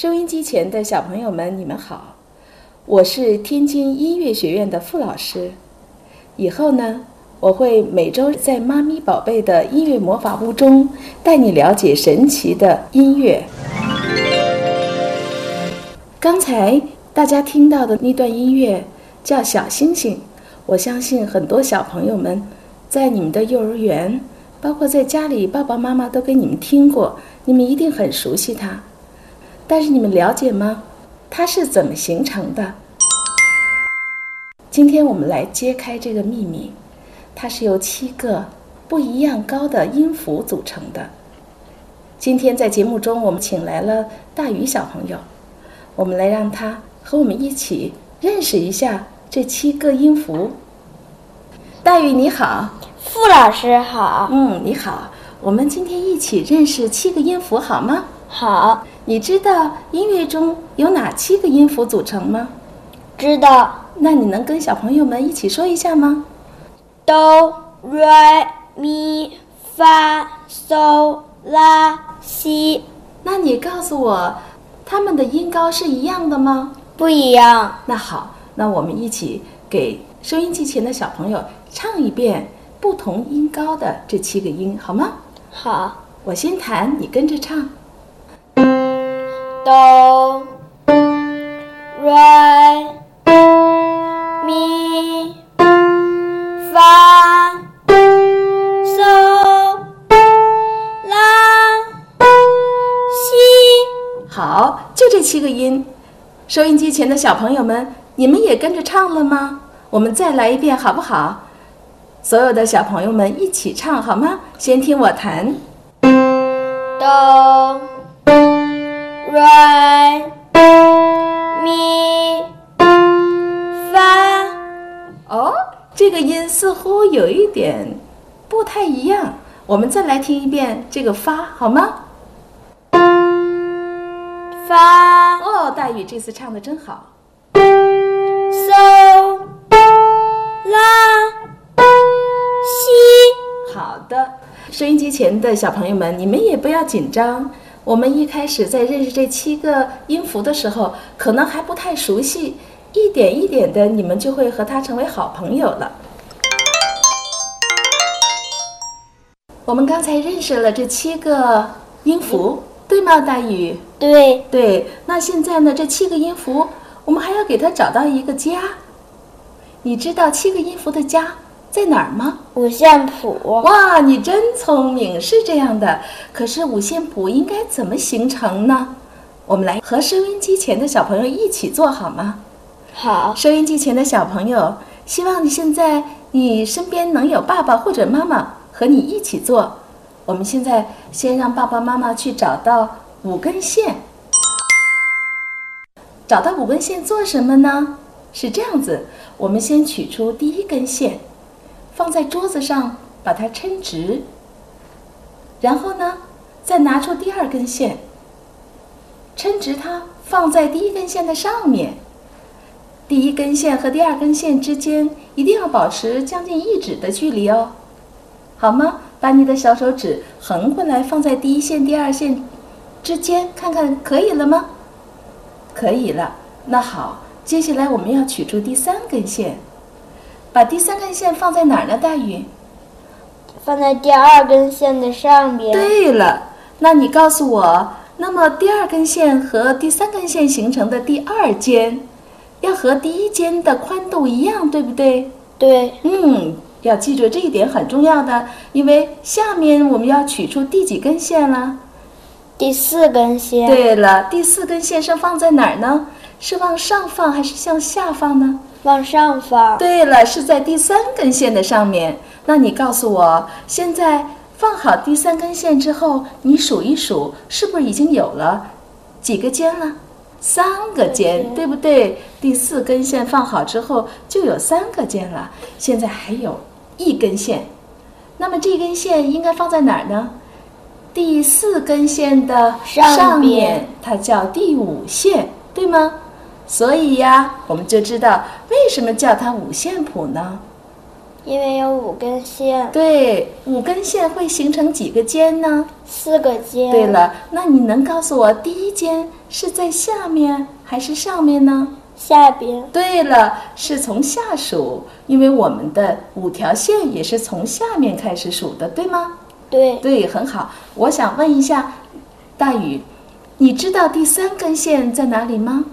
收音机前的小朋友们，你们好，我是天津音乐学院的傅老师。以后呢，我会每周在妈咪宝贝的音乐魔法屋中带你了解神奇的音乐。刚才大家听到的那段音乐叫小星星，我相信很多小朋友们在你们的幼儿园，包括在家里，爸爸妈妈都给你们听过，你们一定很熟悉它。但是你们了解吗？它是怎么形成的？今天我们来揭开这个秘密，它是由7个不一样高的音符组成的。今天在节目中，我们请来了大宇小朋友，我们来让他和我们一起认识一下这7个音符。大宇你好。 傅老师好。 你好，我们今天一起认识7个音符好吗？ 好。 你知道音乐中有哪7个音符组成吗？ 知道。 那你能跟小朋友们一起说一下吗？ 哆、来、咪、发、嗦、拉、西。 那你告诉我，它们的音高是一样的吗？ 不一样。 那好，那我们一起给收音机前的小朋友唱一遍不同音高的这7个音，好吗？ 好。 我先弹，你跟着唱。 哆、来、咪、发、嗦、拉、西。 好，就这7个音。收音机前的小朋友们，你们也跟着唱了吗？我们再来一遍好不好？所有的小朋友们一起唱好吗？先听我弹。 哆、来、咪、发。 哦，这个音似乎有一点不太一样，我们再来听一遍这个发好吗？ 发。 哦，大宇这次唱得真好。 嗦、拉、西。 好的，收音机前的小朋友们，你们也不要紧张。我们一开始在认识这7个音符的时候，可能还不太熟悉，一点一点的，你们就会和它成为好朋友了。我们刚才认识了这7个音符，对吗，大宇？ 对。 那现在呢，这7个音符，我们还要给它找到一个家。你知道7个音符的家在哪儿吗？ 五线谱。 哇，你真聪明，是这样的。可是五线谱应该怎么形成呢？我们来和收音机前的小朋友一起做好吗？ 好。 收音机前的小朋友，希望你身边能有爸爸或者妈妈和你一起做。我们现在先让爸爸妈妈去找到5根线。找到5根线做什么呢？是这样子，我们先取出第1根线，放在桌子上，把它抻直。然后呢，再拿出第2根线，抻直它，放在第1根线的上面。第1根线和第2根线之间一定要保持将近1指的距离哦，好吗？把你的小手指横过来，放在第1线、第2线之间，看看可以了吗？可以了。那好，接下来我们要取出第3根线。把第3根线放在哪儿呢，大宇？ 放在第2根线的上边。 对了，那你告诉我，那么第2根线和第3根线形成的第2尖，要和第1尖的宽度一样，对不对？ 对。 要记住这一点很重要的，因为下面我们要取出第几根线了？ 第4根线。 对了，第4根线是放在哪儿呢？是往上放还是向下放呢？ 往上放。 对了，是在第3根线的上面。那你告诉我，现在放好第3根线之后，你数一数，是不是已经有了几个尖了？3个尖，对不对？第4根线放好之后，就有3个尖了。现在还有1根线，那么这根线应该放在哪儿呢？第4根线的上面，它叫第5线，对吗？所以呀，我们就知道为什么叫它5线谱呢？ 因为有5根线。 对，5根线会形成几个尖呢 ？4个尖。 对了，那你能告诉我第一尖是在下面还是上面呢？ 下边。 对了，是从下数，因为我们的5条线也是从下面开始数的，对吗？ 对。 对，很好。我想问一下，大宇，你知道第3根线在哪里吗？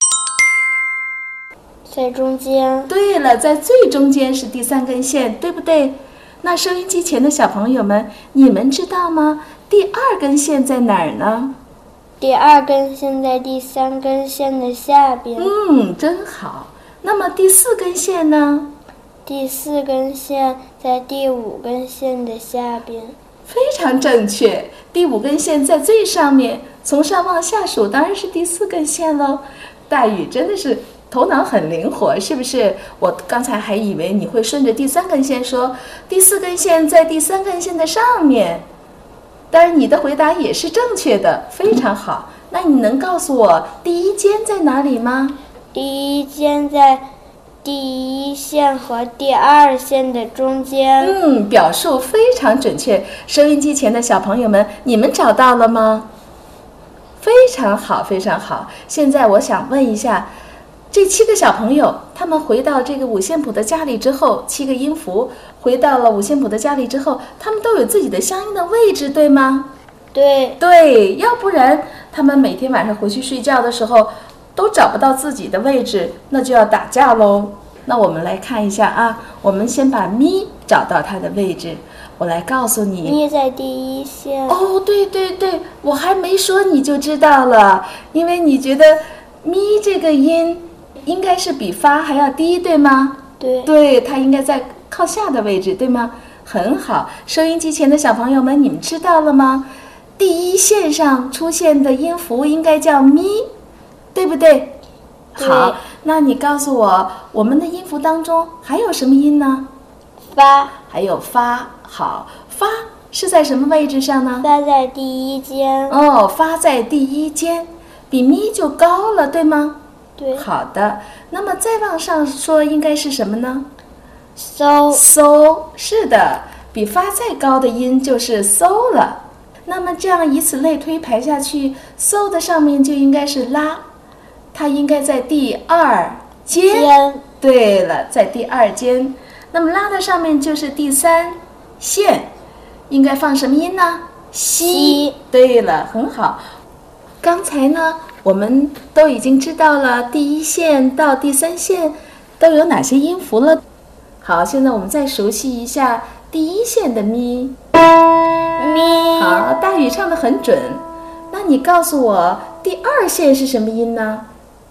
在中间。 对了，在最中间是第3根线，对不对？那收音机前的小朋友们，你们知道吗？第2根线在哪儿呢？ 第2根线在第3根线的下边。 真好。那么第4根线呢？ 第4根线在第5根线的下边。 非常正确，第5根线在最上面，从上往下数当然是第4根线喽。大宇真的是头脑很灵活，是不是？我刚才还以为你会顺着第3根线说，第4根线在第3根线的上面。当然你的回答也是正确的，非常好。那你能告诉我第1尖在哪里吗？ 第1尖在第1线和第2线的中间。 表述非常准确。收音机前的小朋友们，你们找到了吗？非常好，非常好。现在我想问一下，这7个小朋友，他们回到这个五线谱的家里之后，7个音符回到了五线谱的家里之后，他们都有自己的相应的位置，对吗？对，要不然他们每天晚上回去睡觉的时候都找不到自己的位置，那就要打架喽。那我们来看一下啊，我们先把咪找到它的位置。我来告诉你， 咪在第1线。 哦，对，我还没说你就知道了，因为你觉得咪这个音应该是比发还要低，对吗？对，它应该在靠下的位置，对吗？很好，收音机前的小朋友们，你们知道了吗？第1线上出现的音符应该叫咪，对不对？好，那你告诉我，我们的音符当中还有什么音呢？ 发。 还有发。好，发是在什么位置上呢？ 发在第1尖。 发在第1尖，比咪就高了，对吗？ 对。 好的，那么再往上说应该是什么呢？ 嗦。 是的，比发再高的音就是嗦了。那么这样以此类推排下去，嗦的上面就应该是拉，它应该在第2尖。对了，在第2尖。那么拉的上面就是第3线，应该放什么音呢？西。对了，很好。刚才呢，我们都已经知道了第1线到第3线都有哪些音符了。好，现在我们再熟悉一下第1线的咪。好，大宇唱得很准。那你告诉我第2线是什么音呢？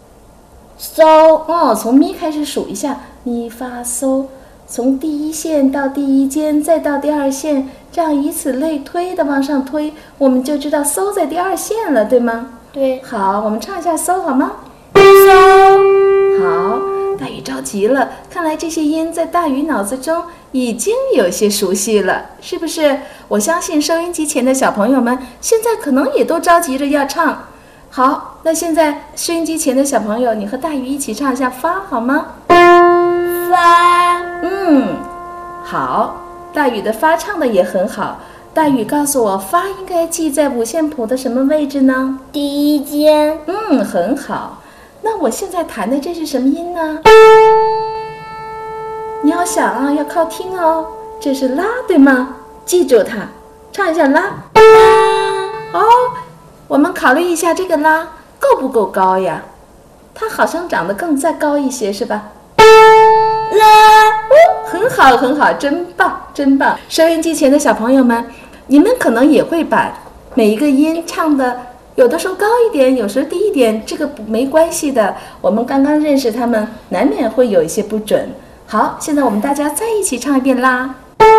嗦。从咪开始数一下，咪发嗦，从第1线到第1尖，再到第2线，这样以此类推的往上推，我们就知道嗦在第2线了，对吗？ 对。 好，我们唱一下嗦好吗？嗦。好，大宇着急了，看来这些音在大宇脑子中已经有些熟悉了，是不是？我相信收音机前的小朋友们现在可能也都着急着要唱。好，那现在收音机前的小朋友，你和大宇一起唱一下发好吗？ 发。 好，大宇的发唱的也很好。大宇告诉我，发应该记在五线谱的什么位置呢？ 第1尖。 很好。那我现在弹的这是什么音呢？你要想啊，要靠听哦。这是拉，对吗？记住它，唱一下拉。好，我们考虑一下这个拉够不够高呀？它好像长得更再高一些，是吧？拉。很好，很好，真棒，真棒！收音机前的小朋友们，你们可能也会把每一个音唱的，有的时候高一点，有时候低一点，这个没关系的。我们刚刚认识他们，难免会有一些不准。好，现在我们大家再一起唱一遍拉。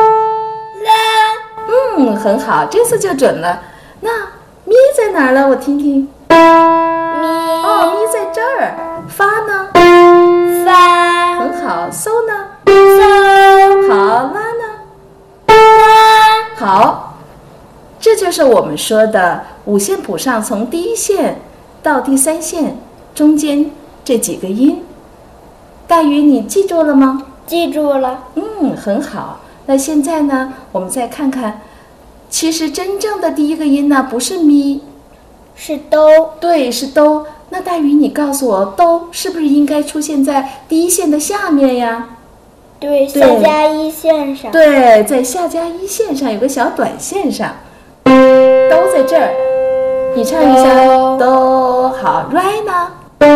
拉。很好，这次就准了。那咪在哪儿了？我听听。咪在这儿。发呢？ 发。 很好。嗦呢？ 嗦。 好，拉呢？ 拉。 好，这就是我们说的五线谱上从第1线到第3线中间这几个音。大宇，你记住了吗？ 记住了。 很好。那现在呢，我们再看看，其实真正的第一个音呢，不是咪， 是哆。 对，是哆。那大鱼，你告诉我，哆是不是应该出现在第一线的下面呀？ 对，下加一线上。 对，在下加一线上有个小短线上，哆在这儿。你唱一下哆。好 ，re 呢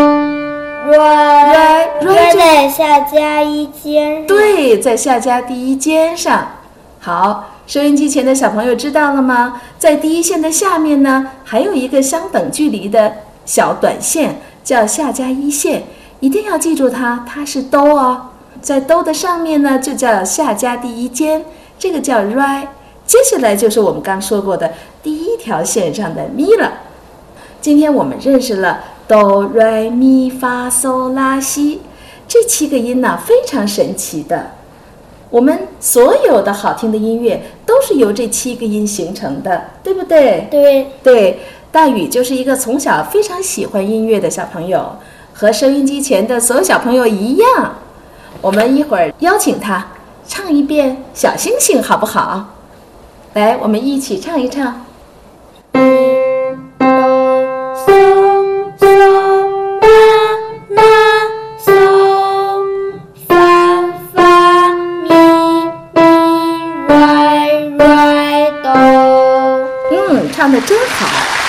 ？re 在下加一尖上。 对，在下加第一尖上。好，收音机前的小朋友知道了吗？在第一线的下面呢，还有一个相等距离的小短线，叫下加一线，一定要记住它，它是哆哦。在哆的上面呢，就叫下加第一尖，这个叫 re。接下来就是我们刚说过的第一条线上的咪了。今天我们认识了哆、来、咪、发、嗦、拉、西这7个音呢，非常神奇的。我们所有的好听的音乐都是由这7个音形成的，对不对？对，大宇就是一个从小非常喜欢音乐的小朋友，和收音机前的所有小朋友一样。我们一会儿邀请他唱一遍《小星星》，好不好？来，我们一起唱一唱。唱得真好。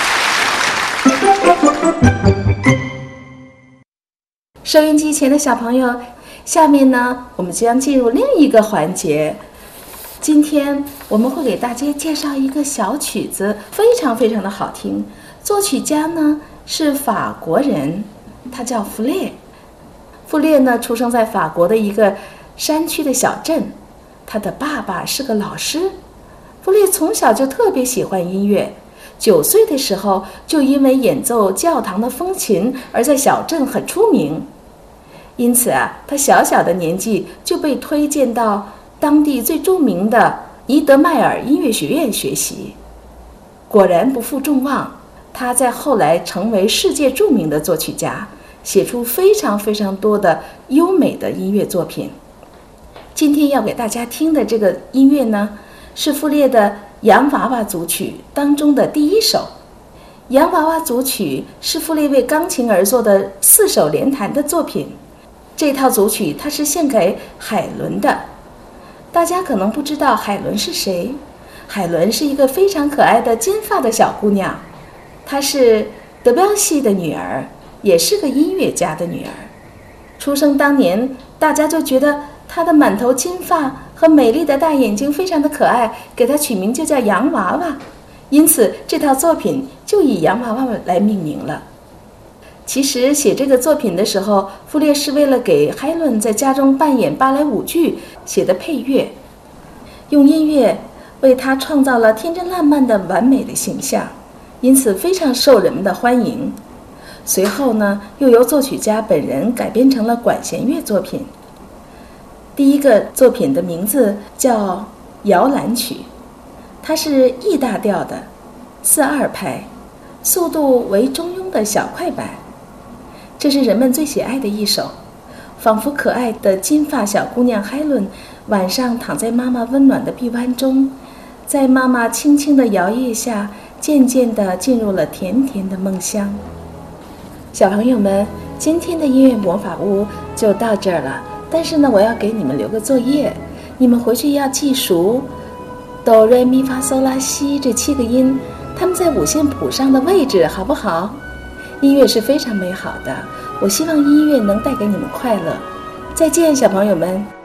收音机前的小朋友，下面呢，我们将进入另一个环节。今天我们会给大家介绍一个小曲子，非常非常的好听。作曲家呢是法国人，他叫弗列。弗列呢出生在法国的一个山区的小镇，他的爸爸是个老师。弗列从小就特别喜欢音乐，9岁的时候就因为演奏教堂的风琴而在小镇很出名。因此啊，他小小的年纪就被推荐到当地最著名的尼德迈尔音乐学院学习。果然不负众望，他在后来成为世界著名的作曲家，写出非常非常多的优美的音乐作品。今天要给大家听的这个音乐呢，是弗列的洋娃娃组曲当中的第1首。洋娃娃组曲是弗列为钢琴而作的4首连弹的作品。这套组曲它是献给海伦的。大家可能不知道海伦是谁。海伦是一个非常可爱的金发的小姑娘，她是德彪西的女儿，也是个音乐家的女儿。出生当年，大家就觉得她的满头金发和美丽的大眼睛非常的可爱，给她取名就叫洋娃娃，因此这套作品就以洋娃娃来命名了。其实写这个作品的时候，弗列是为了给海伦在家中扮演芭蕾舞剧写的配乐，用音乐为她创造了天真烂漫的完美的形象，因此非常受人们的欢迎。随后呢，又由作曲家本人改编成了管弦乐作品。第一个作品的名字叫摇篮曲，它是 E 大调的4/2拍，速度为中庸的小快板。这是人们最喜爱的一首，仿佛可爱的金发小姑娘海伦晚上躺在妈妈温暖的臂弯中，在妈妈轻轻的摇曳下，渐渐地进入了甜甜的梦乡。小朋友们，今天的音乐魔法屋就到这儿了。但是呢，我要给你们留个作业，你们回去要记熟哆、来、咪、发、嗦、拉、西这7个音，它们在五线谱上的位置，好不好？音乐是非常美好的，我希望音乐能带给你们快乐。再见，小朋友们。